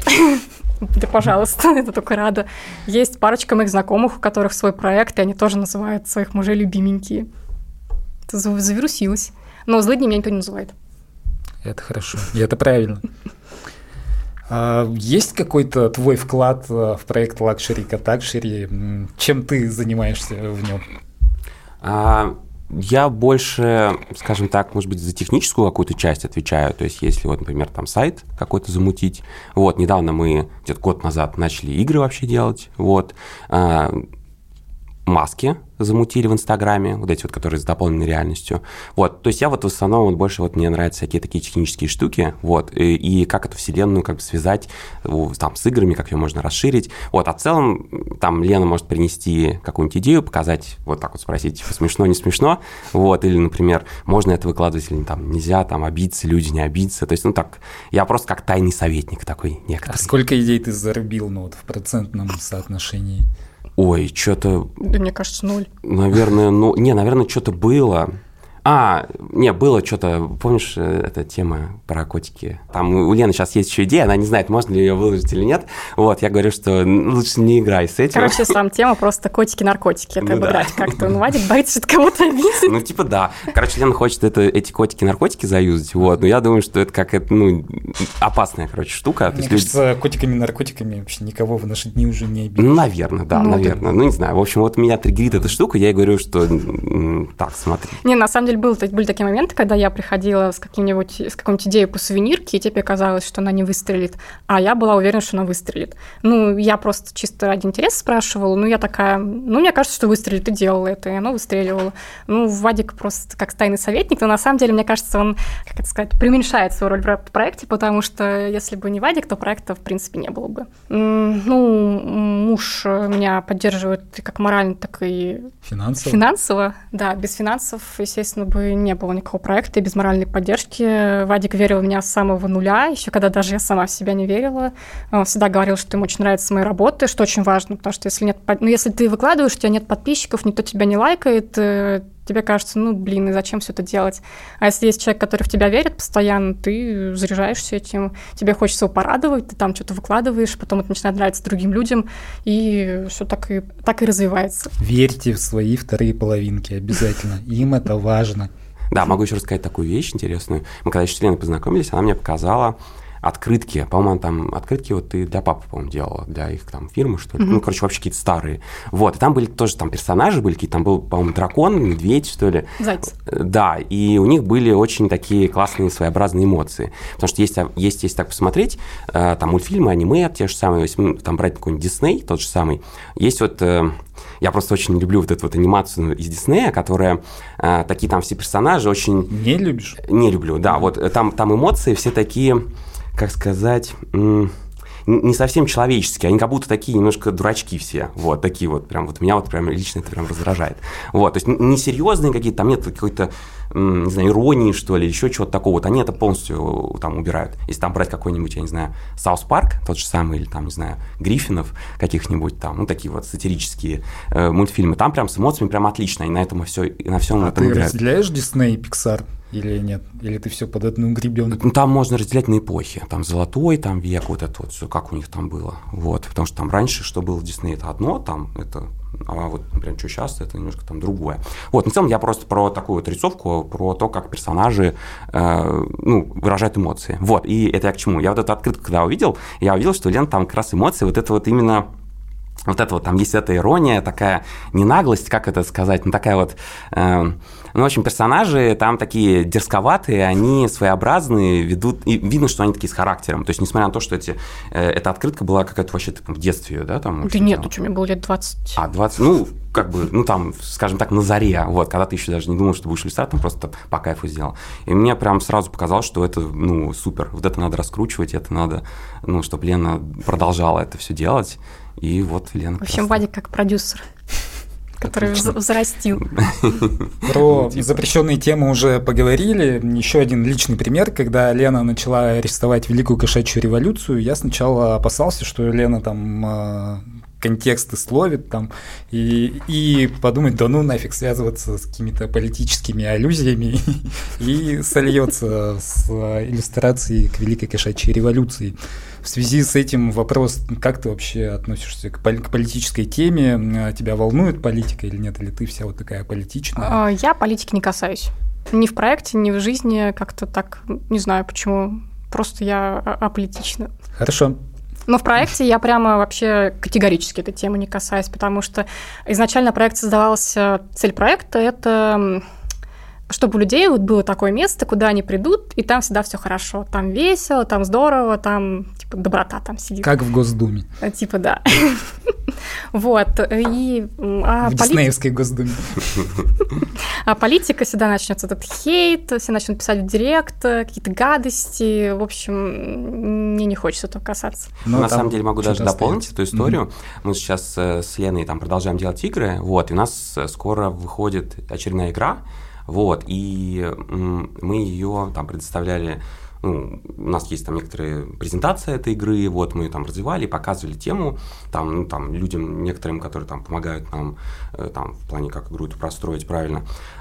Да, пожалуйста, это только рада. Есть парочка моих знакомых, у которых свой проект, и они тоже называют своих мужей любименькие. Это завирусилось. Но злыдней меня никто не называет. Это хорошо, и это правильно. Есть какой-то твой вклад в проект Luxury Catluxury? Чем ты занимаешься в нем? А, я больше, скажем так, может быть, за техническую какую-то часть отвечаю. То есть, если вот, например, там сайт какой-то замутить. Вот, недавно мы, где-то год назад, начали игры вообще делать. Вот. А, маски замутили в Инстаграме, вот эти вот, которые с дополненной реальностью. Вот, то есть я вот в основном вот больше вот мне нравятся всякие такие технические штуки, вот, и, и как эту вселенную как бы связать там с играми, как ее можно расширить. Вот, а в целом там Лена может принести какую-нибудь идею, показать, вот так вот спросить, типа, смешно, не смешно, вот, или, например, можно это выкладывать или там нельзя, там, обидеться, люди не обидеться, то есть, ну, так, я просто как тайный советник такой некоторый. А сколько идей ты зарубил, ну, вот в процентном соотношении? Ой, что-то... Да, мне кажется, ноль. Наверное, ну... Не, наверное, что-то было. А, не, было что-то... Помнишь, эта тема про котики? Там у Лены сейчас есть еще идея, она не знает, можно ли ее выложить или нет. Вот, я говорю, что лучше не играй с этим. Короче, сам тема просто котики-наркотики. Это ну, обыграть да. как-то. Ну, Вадик боится, что кого-то обидит. Ну, типа, да. Короче, Лена хочет это, эти котики-наркотики заюзать, вот. Но я думаю, что это как это, ну, опасная, короче, штука. Мне кажется, люди... котиками-наркотиками вообще никого в наши дни уже не обидишь. Ну, наверное, да, ну, наверное. Ты... Ну, не знаю. В общем, вот меня триггерит эта штука, я ей говорю, что так, смотри. Не, на самом деле, был, были такие моменты, когда я приходила с каким-нибудь, с какой-нибудь идеей по сувенирке, и тебе казалось, что она не выстрелит, а я была уверена, что она выстрелит. Ну, я просто чисто ради интереса спрашивала, ну, я такая, ну, мне кажется, что выстрелит, и делала это, и оно выстреливало. Ну, Вадик просто как тайный советник, но на самом деле, мне кажется, он, как это сказать, преуменьшает свою роль в проекте, потому что если бы не Вадик, то проекта, в принципе, не было бы. Ну, муж меня поддерживает как морально, так и финансово. Финансово, да, без финансов, естественно, бы не было никакого проекта и без моральной поддержки. Вадик верил в меня с самого нуля, еще когда даже я сама в себя не верила. Он всегда говорил, что ему очень нравятся мои работы, что очень важно, потому что если нет, ну, если ты выкладываешь, у тебя нет подписчиков, никто тебя не лайкает, тебе кажется, ну, блин, и зачем все это делать? А если есть человек, который в тебя верит постоянно, ты заряжаешься этим, тебе хочется его порадовать, ты там что-то выкладываешь, потом это начинает нравиться другим людям, и все так и, так и развивается. Верьте в свои вторые половинки обязательно, им это важно. Да, могу еще рассказать такую вещь интересную. Мы когда еще с Леной познакомились, она мне показала открытки. По-моему, там открытки вот ты для папы, по-моему, делала, для их там фирмы, что ли. Mm-hmm. Ну, короче, вообще какие-то старые. Вот, и там были тоже там персонажи были какие-то, там был, по-моему, дракон, медведь, что ли. Зайцы. Да, и у них были очень такие классные своеобразные эмоции. Потому что есть, есть если так посмотреть, там мультфильмы, аниме, те же самые, если там брать какой-нибудь Дисней, тот же самый, есть вот... Я просто очень люблю вот эту вот анимацию из Диснея, которая э, такие там все персонажи очень... Не любишь? Не люблю, да. Вот там, там эмоции все такие, как сказать... М- не совсем человеческие, они как будто такие немножко дурачки все, вот, такие вот, прям, вот меня вот прям лично это прям раздражает, вот, то есть не серьезные какие-то, там нет какой-то, не знаю, иронии, что ли, еще чего-то такого, вот они это полностью там убирают, если там брать какой-нибудь, я не знаю, Саус Парк, тот же самый, или там, не знаю, Гриффинов каких-нибудь там, ну, такие вот сатирические э, мультфильмы, там прям с эмоциями прям отлично, и на этом все, и на всем а этом ты играют. Разделяешь Дисней и Pixar? Или нет? Или ты все под одну гребенку? Ну, там можно разделять на эпохи. Там золотой, там век, вот это вот все, как у них там было. Вот. Потому что там раньше, что было в Диснее, это одно, там это, а вот, например, что сейчас, это немножко там другое. Вот. Но в целом я просто про такую вот рисовку, про то, как персонажи э, ну, выражают эмоции. Вот. И это я к чему? Я вот эту открытку, когда увидел, я увидел, что Лена там как раз эмоции, вот это вот именно... Вот это вот, там есть эта ирония, такая не наглость, как это сказать, ну такая вот, э, ну, в общем, персонажи там такие дерзковатые, они своеобразные, ведут, и видно, что они такие с характером, то есть, несмотря на то, что эти, э, эта открытка была какая-то вообще в детстве, да, там? Да нет, что мне было лет двадцать. А, двадцать, ну, как бы, ну, там, скажем так, на заре, вот, когда ты еще даже не думал, что будешь иллюстратором, просто по кайфу сделал. И мне прям сразу показалось, что это, ну, супер, вот это надо раскручивать, это надо, ну, чтобы Лена продолжала это все делать. И вот Лена. В общем, Вадик как продюсер, который взрастил. Про запрещенные темы уже поговорили. Еще один личный пример, когда Лена начала рисовать Великую кошачью революцию, я сначала опасался, что Лена там контексты словит там, и, и подумать, да ну нафиг связываться с какими-то политическими аллюзиями и сольется с иллюстрацией к Великой кошачьей революции. В связи с этим вопрос, как ты вообще относишься к, пол- к политической теме? Тебя волнует политика или нет? Или ты вся вот такая политичная? Я политики не касаюсь. Ни в проекте, ни в жизни как-то так, не знаю почему, просто я аполитична. Хорошо. Но в проекте я прямо вообще категорически этой темы не касаюсь, потому что изначально проект создавался, цель проекта – это чтобы у людей вот было такое место, куда они придут, и там всегда все хорошо. Там весело, там здорово, там типа доброта там сидит. Как в Госдуме. Типа да. Вот. И, а в Диснеевской Госдуме. А политика, всегда начнется этот хейт, все начнут писать в директ, какие-то гадости. В общем, мне не хочется этого касаться. Но на самом деле могу даже дополнить эту историю. Mm-hmm. Мы сейчас с Леной там продолжаем делать игры, вот, и у нас скоро выходит очередная игра, вот, и мы ее там предоставляли. Ну, у нас есть там некоторые презентации этой игры, вот, мы ее там развивали, показывали тему там, ну, там, людям некоторым, которые там помогают нам там, в плане, как игру эту простроить правильно.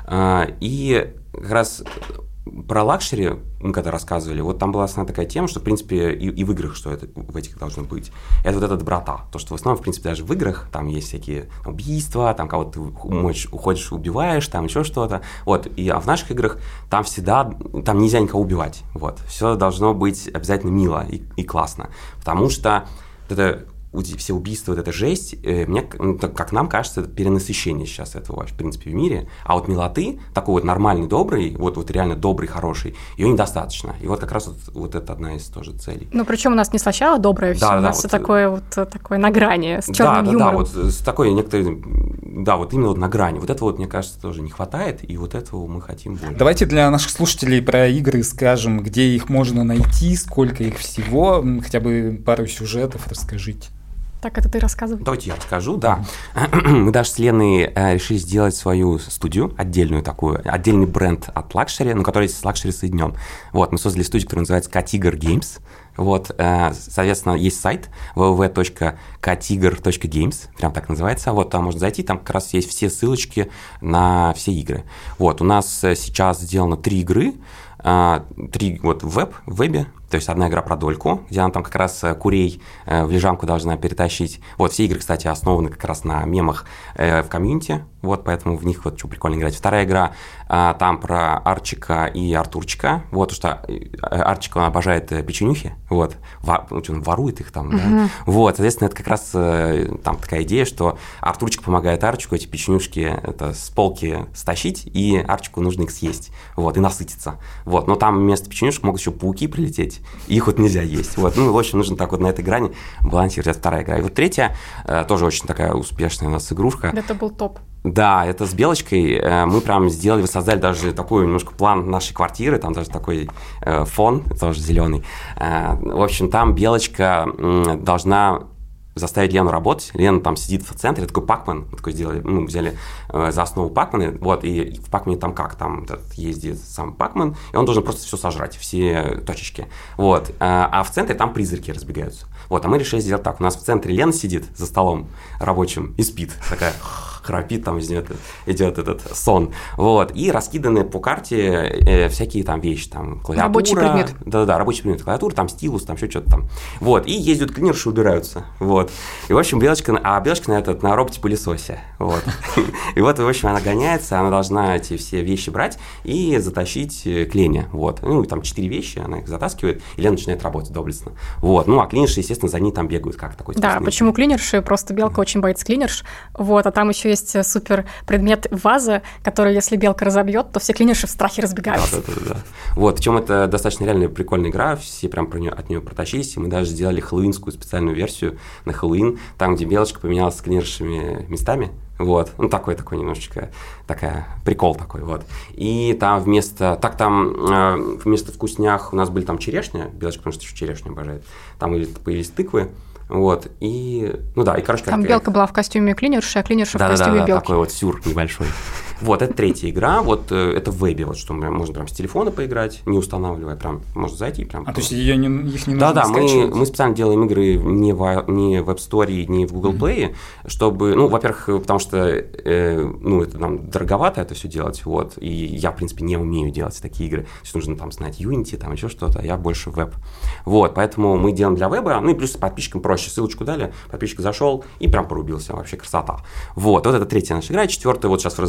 И как раз про лакшери мы когда рассказывали, вот там была основная такая тема, что, в принципе, и, и в играх, что это в этих должно быть, это вот эта доброта. То, что в основном, в принципе, даже в играх там есть всякие убийства, там кого-то ты уходишь, уходишь убиваешь, там еще что-то. Вот, и, а в наших играх там всегда, там нельзя никого убивать. Вот, все должно быть обязательно мило и, и классно. Потому что это все убийства, вот эта жесть, э, мне, как нам кажется, это перенасыщение сейчас этого, в принципе, в мире. А вот милоты, такой вот нормальный, добрый, вот, вот реально добрый, хороший, ее недостаточно. И вот как раз вот, вот это одна из тоже целей. Ну, причем у нас не сначала доброе все, да, у нас да, все вот, такое вот такое на грани, с черным да, юмором. Да, да, вот с такой некоторой, да, вот именно вот на грани. Вот этого, вот, мне кажется, тоже не хватает, и вот этого мы хотим больше. Давайте для наших слушателей про игры скажем, где их можно найти, сколько их всего, хотя бы пару сюжетов расскажите. Так, это ты рассказывай. Давайте я расскажу, да. Мы даже с Леной э, решили сделать свою студию, отдельную такую, отдельный бренд от лакшери, но который с лакшери соединен. Вот, мы создали студию, которая называется Katigar Games. Вот, э, соответственно, есть сайт дабл ю дабл ю дабл ю точка katigar точка games, прям так называется. Вот, там можно зайти, там как раз есть все ссылочки на все игры. Вот, у нас сейчас сделано три игры, э, три вот в веб, в вебе. То есть одна игра про дольку, где она там как раз курей в лежанку должна перетащить. Вот, все игры, кстати, основаны как раз на мемах в комьюнити, вот, поэтому в них вот что прикольно играть. Вторая игра там про Арчика и Артурчика, вот, потому что Арчик, он обожает печенюхи, вот, он ворует их там, uh-huh. да. Вот, соответственно, это как раз там такая идея, что Артурчик помогает Арчику эти печенюшки это, с полки стащить, и Арчику нужно их съесть, вот, и насытиться. Вот, но там вместо печенюшек могут еще пауки прилететь, и их вот нельзя есть. Вот. Ну, в общем, нужно так вот на этой грани балансировать. Это вторая игра. И вот третья, э, тоже очень такая успешная у нас игрушка. Это был топ. Да, это с белочкой. Э, мы прям сделали, воссоздали даже такой немножко план нашей квартиры, там даже такой э, фон, тоже зеленый. Э, в общем, там белочка э, должна заставить Лену работать. Лена там сидит в центре, такой Пакман, мы такой сделали, ну, взяли э, за основу Пакманы, вот, и в Пакмане там как, там этот, ездит сам Пакман, и он должен просто все сожрать, все точечки, вот, а, а в центре там призраки разбегаются, вот, а мы решили сделать так, у нас в центре Лена сидит за столом рабочим и спит, такая храпит, там идет, идет этот сон, вот, и раскиданы по карте э, всякие там вещи, там, клавиатура. Рабочий предмет. Да-да-да, рабочий предмет, клавиатура, там стилус, там еще что-то там, вот, и ездят клинерши, убираются, вот, и, в общем, белочка, а белочка на этот, на роботе-пылесосе, вот, и вот, в общем, она гоняется, она должна эти все вещи брать и затащить к Лене, вот, ну, там четыре вещи, она их затаскивает, и Лена начинает работать доблестно, вот, ну, а клинерши, естественно, за ней там бегают, как такой. Да, почему клинерши, просто белка очень боится клинерш, вот, а там еще есть супер предмет ваза, который, если белка разобьет, то все клинерши в страхе разбегаются. Да, да, да, да. Вот, причем это достаточно реально прикольная игра, все прям про нее, от нее протащились, и мы даже сделали хэллоуинскую специальную версию на Хэллоуин, там, где белочка поменялась с клинершами местами. Вот, ну такой, такой немножечко, такая, прикол такой, вот. И там вместо, так там э, вместо вкуснях у нас были там черешня, белочка, потому что еще черешню обожает, там появились тыквы. Вот, и, ну да, и, короче, там как... белка была в костюме клинерши, а клинерша да, в костюме да, да, белки. такой вот сюр небольшой. Вот, это третья игра, вот, это в вебе, вот, что можно прям с телефона поиграть, не устанавливая, прям, можно зайти прям. А, то есть ее не, их не нужно Да-да, скачивать? мы, мы специально делаем игры не в, не в App Store, не в Google Play, mm-hmm. чтобы, ну, во-первых, потому что, э, ну, это нам дороговато это все делать, вот, и я, в принципе, не умею делать такие игры, то есть нужно там знать Unity, там еще что-то, а я больше веб. Вот, поэтому мы делаем для веба, ну, и плюс подписчикам проще, ссылочку дали, подписчик зашел и прям порубился, вообще красота. Вот, вот это третья наша игра, четвертая вот сейчас в разработке,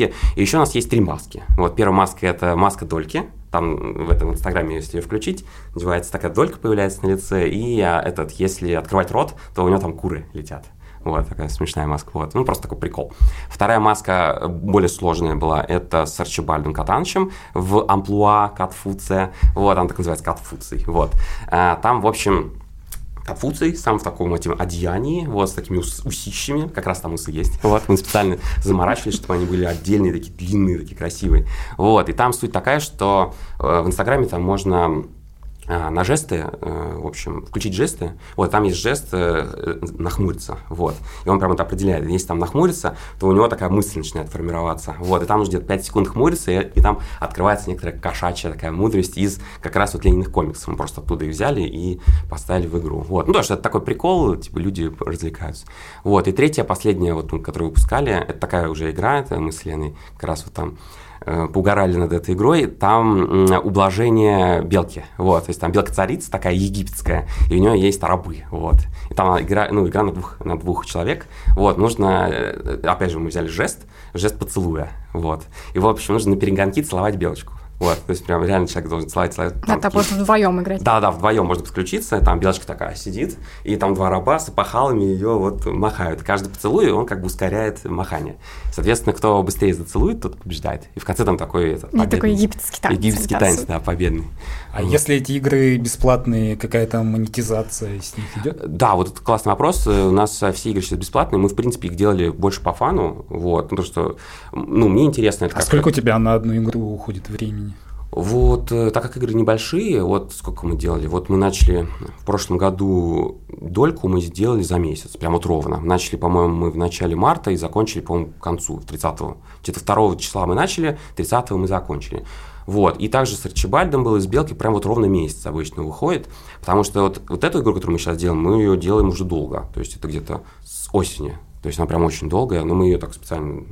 маски. И еще у нас есть три маски. Вот первая маска – это маска Дольки. Там в этом инстаграме, если ее включить, надевается такая долька, появляется на лице, и этот, если открывать рот, то у него там куры летят. Вот, такая смешная маска. Вот. Ну, просто такой прикол. Вторая маска, более сложная была, это с Арчибальдом Катановичем в амплуа Катфуция. Вот, она так называется, Катфуций. Вот. Там, в общем... Катфуций, сам в таком этим одеянии, вот, с такими ус- усищами, как раз там усы есть, вот, мы специально заморачивались, чтобы они были отдельные, такие длинные, такие красивые, вот, и там суть такая, что э, в Инстаграме там можно э, на жесты, э, в общем, включить жесты, вот, там есть жест э, нахмуриться, вот, и он прямо это определяет, если там нахмуриться, то у него такая мысль начинает формироваться, вот, и там нужно где-то пять секунд хмуриться, и, и там открывается некоторая кошачья такая мудрость из как раз вот Лениных комиксов, мы просто оттуда их взяли и поставили в игру, вот, ну, то, что это такой прикол, типа, люди развлекаются, вот, и третья, последняя, вот, которую выпускали, это такая уже игра, это мы с Леной как раз вот там поугорали над этой игрой, там ублажение белки, вот, то есть там белка-царица такая египетская, и у нее есть рабы, вот, и там игра, ну, игра на двух, на двух человек, вот, нужно, опять же, мы взяли жест, жест поцелуя, вот, и, в общем, нужно на перегонки целовать белочку. Вот, то есть прям реально человек должен целовать, целовать. Там, это можно вдвоем играть. Да, да, вдвоем можно подключиться, там белочка такая сидит, и там два раба с опахалами ее вот махают. Каждый поцелуй, он как бы ускоряет махание. Соответственно, кто быстрее зацелует, тот побеждает. И в конце там такой... Это, победный, такой египетский танец. Египетский танец, да, победный. А вот. Если эти игры бесплатные, какая-то монетизация с них идет? Да, вот это классный вопрос. У нас все игры сейчас бесплатные. Мы, в принципе, их делали больше по фану. Вот, ну, то, что, ну, мне интересно... Это а сколько у тебя на одну игру уходит времени? Вот, так как игры небольшие, вот сколько мы делали, вот мы начали в прошлом году Дольку мы сделали за месяц, прям вот ровно. Начали, по-моему, мы в начале марта и закончили, по-моему, к концу, тридцатого. Где-то второго числа мы начали, тридцатого мы закончили. Вот, и также с Арчибальдом было, из Белки, прям вот ровно месяц обычно выходит, потому что вот, вот эту игру, которую мы сейчас делаем, мы ее делаем уже долго, то есть это где-то с осени. То есть она прям очень долгая, но мы ее так специально,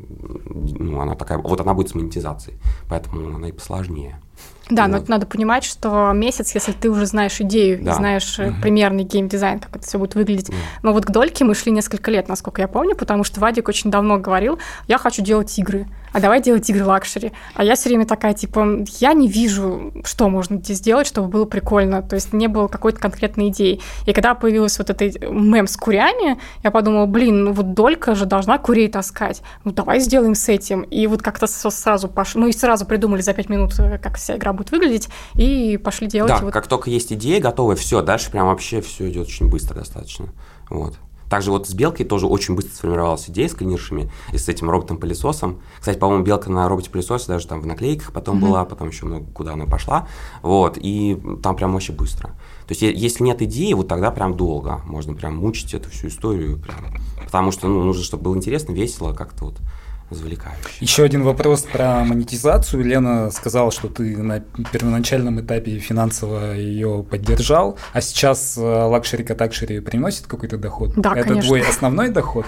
ну, она такая, вот она будет с монетизацией, поэтому она и посложнее. Да, вот. Но надо понимать, что месяц, если ты уже знаешь идею, да. и знаешь угу. примерный геймдизайн, как это все будет выглядеть. Угу. Но вот к Дольке мы шли несколько лет, насколько я помню, потому что Вадик очень давно говорил, я хочу делать игры, а давай делать игры лакшери. А я все время такая, типа, я не вижу, что можно здесь сделать, чтобы было прикольно. То есть не было какой-то конкретной идеи. И когда появилась вот эта мем с курями, я подумала, блин, ну вот Долька же должна курей таскать. Ну давай сделаем с этим. И вот как-то сразу пошло, ну и сразу придумали за пять минут, как вся игра будет выглядеть, и пошли делать. Да, вот. Как только есть идея готовая, все, дальше прям вообще все идет очень быстро достаточно. Вот. Также вот с Белкой тоже очень быстро сформировалась идея с клиниршами и с этим роботом-пылесосом. Кстати, по-моему, Белка на роботе-пылесосе даже там в наклейках потом mm-hmm. была, потом еще много куда она пошла. Вот, и там прям вообще быстро. То есть если нет идеи, вот тогда прям долго. Можно прям мучить эту всю историю. Прям. Потому что ну, нужно, чтобы было интересно, весело, как-то вот завлекающе. Еще один вопрос про монетизацию. Лена сказала, что ты на первоначальном этапе финансово ее поддержал, а сейчас лакшери-катакшери приносит какой-то доход? Да, это конечно. твой основной доход?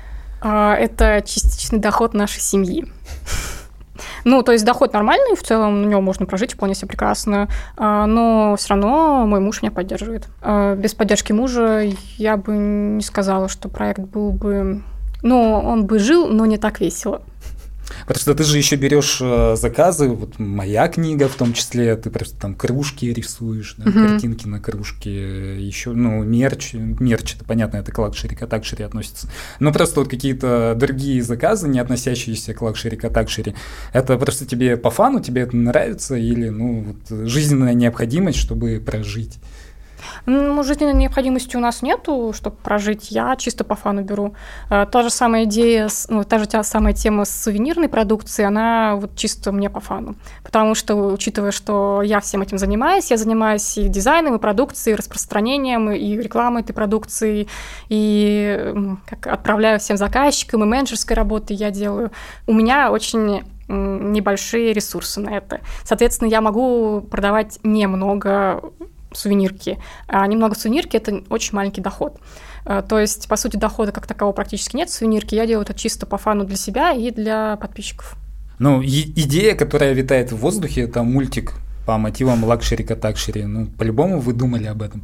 Это частичный доход нашей семьи. Ну, то есть доход нормальный, в целом на него можно прожить вполне себе прекрасно, но все равно мой муж меня поддерживает. Без поддержки мужа я бы не сказала, что проект был бы... Ну, он бы жил, но не так весело. Потому что ты же еще берешь заказы, вот моя книга в том числе, ты просто там кружки рисуешь, да, uh-huh. картинки на кружке, еще, ну, мерч, мерч, это понятно, это к лакшери-катакшери относится. Но просто вот какие-то другие заказы, не относящиеся к лакшери-катакшери, это просто тебе по фану, тебе это нравится или, ну, вот, жизненная необходимость, чтобы прожить? Ну, жизненной необходимости у нас нету, чтобы прожить. Я чисто по фану беру. Та же самая идея, ну, та же самая тема с сувенирной продукцией, она вот чисто мне по фану. Потому что, учитывая, что я всем этим занимаюсь, я занимаюсь и дизайном, и продукцией, и распространением, и рекламой этой продукции, и как, отправляю всем заказчикам, и менеджерской работы я делаю. У меня очень небольшие ресурсы на это. Соответственно, я могу продавать немного сувенирки. А немного сувенирки – это очень маленький доход. То есть, по сути, дохода как такового практически нет в сувенирке. Я делаю это чисто по фану для себя и для подписчиков. Ну, и- идея, которая витает в воздухе, это мультик по мотивам лакшери-катакшери. Ну, по-любому вы думали об этом.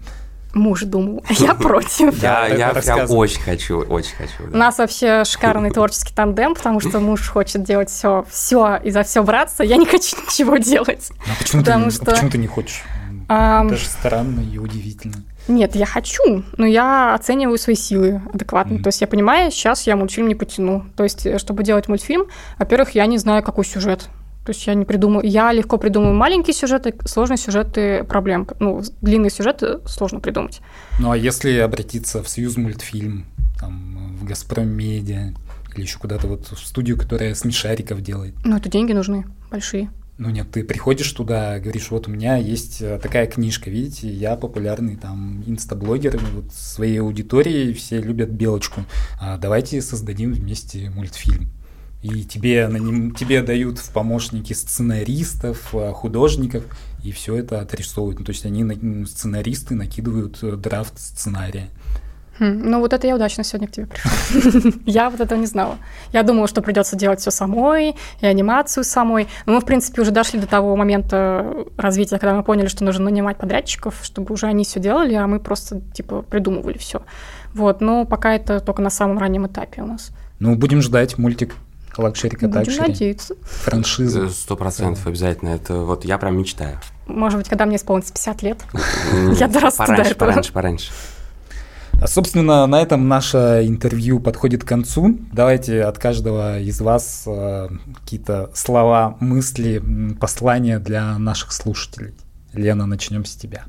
Муж думал, я против. Я, я прям очень хочу, очень хочу. Да. У нас вообще шикарный творческий тандем, потому что муж хочет делать все, все и за все браться, я не хочу ничего делать. А почему, ты, что... почему ты не хочешь? А... Это же странно и удивительно. Нет, я хочу, но я оцениваю свои силы адекватно. Mm-hmm. То есть я понимаю, сейчас я мультфильм не потяну. То есть, чтобы делать мультфильм, во-первых, я не знаю, какой сюжет. То есть я не придумаю, я легко придумываю маленькие сюжеты, сложные сюжеты проблем. Ну, длинные сюжеты сложно придумать. Ну, а если обратиться в Союз мультфильм, там, в Газпром Медиа или еще куда-то вот в студию, которая смешариков делает? Ну, это деньги нужны, большие. Ну нет, ты приходишь туда, говоришь, вот у меня есть такая книжка, видите, я популярный там инстаблогер, вот своей аудитории все любят Белочку, а давайте создадим вместе мультфильм. И тебе, тебе дают в помощники сценаристов, художников, и все это отрисовывают. Ну, то есть они, сценаристы, накидывают драфт сценария. Хм, ну вот это я удачно сегодня к тебе пришла. Я вот этого не знала. Я думала, что придется делать все самой, и анимацию самой. Но мы, в принципе, уже дошли до того момента развития, когда мы поняли, что нужно нанимать подрядчиков, чтобы уже они все делали, а мы просто типа придумывали все. Вот, но пока это только на самом раннем этапе у нас. Ну, будем ждать мультик. Лакшери-катакшери. Будем надеяться. Франшиза. Сто процентов обязательно. Это вот я прям мечтаю. Может быть, когда мне исполнится пятьдесят лет, я дорасту до этого. Пораньше, пораньше. А, собственно, на этом наше интервью подходит к концу. Давайте от каждого из вас какие-то слова, мысли, послания для наших слушателей. Лена, начнем с тебя.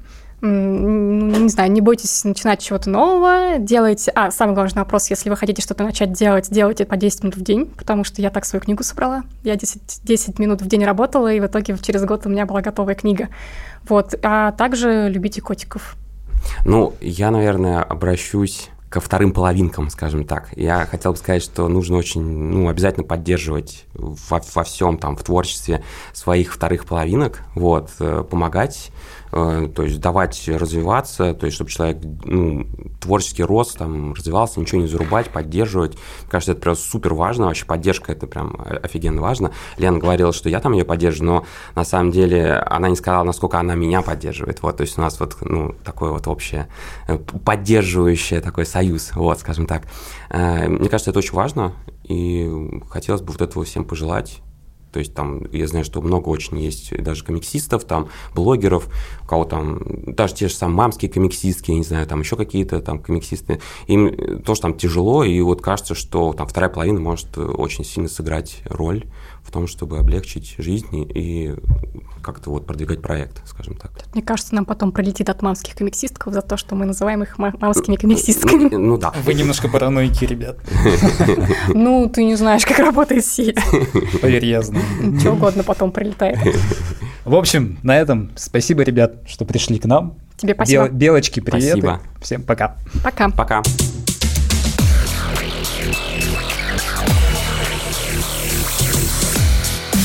Не знаю, не бойтесь начинать чего-то нового, делайте... А, самый главный вопрос, если вы хотите что-то начать делать, делайте по десять минут в день, потому что я так свою книгу собрала. Я десять, десять минут в день работала, и в итоге через год у меня была готовая книга. Вот. А также любите котиков. Ну, я, наверное, обращусь ко вторым половинкам, скажем так. Я хотел бы сказать, что нужно очень, ну, обязательно поддерживать во, во всем, там, в творчестве своих вторых половинок, вот, помогать, то есть давать развиваться, то есть чтобы человек, ну, творческий рост, там, развивался, ничего не зарубать, поддерживать. Мне кажется, это прям супер важно, вообще поддержка, это прям офигенно важно. Лена говорила, что я там ее поддерживаю, но на самом деле она не сказала, насколько она меня поддерживает, вот, то есть у нас вот, ну, такое вот общее поддерживающее такой союз, вот, скажем так. Мне кажется, это очень важно, и хотелось бы вот этого всем пожелать. То есть там, я знаю, что много очень есть даже комиксистов, там, блогеров, у кого там, даже те же самые мамские комиксистки, я не знаю, там еще какие-то там комиксисты, им тоже там тяжело, и вот кажется, что там вторая половина может очень сильно сыграть роль в том, чтобы облегчить жизнь и как-то вот продвигать проект, скажем так. Мне кажется, нам потом пролетит от мамских комиксистков за то, что мы называем их мамскими комиксистками. Ну, ну да. Вы немножко параноики, ребят. Ну, ты не знаешь, как работает сеть. Поверь, я знаю. Чего угодно потом прилетает. В общем, на этом спасибо, ребят, что пришли к нам. Тебе спасибо. Бел- Белочки, привет. Спасибо. Всем пока. Пока. Пока.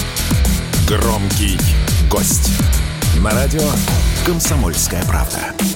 Громкий гость. На радио «Комсомольская правда».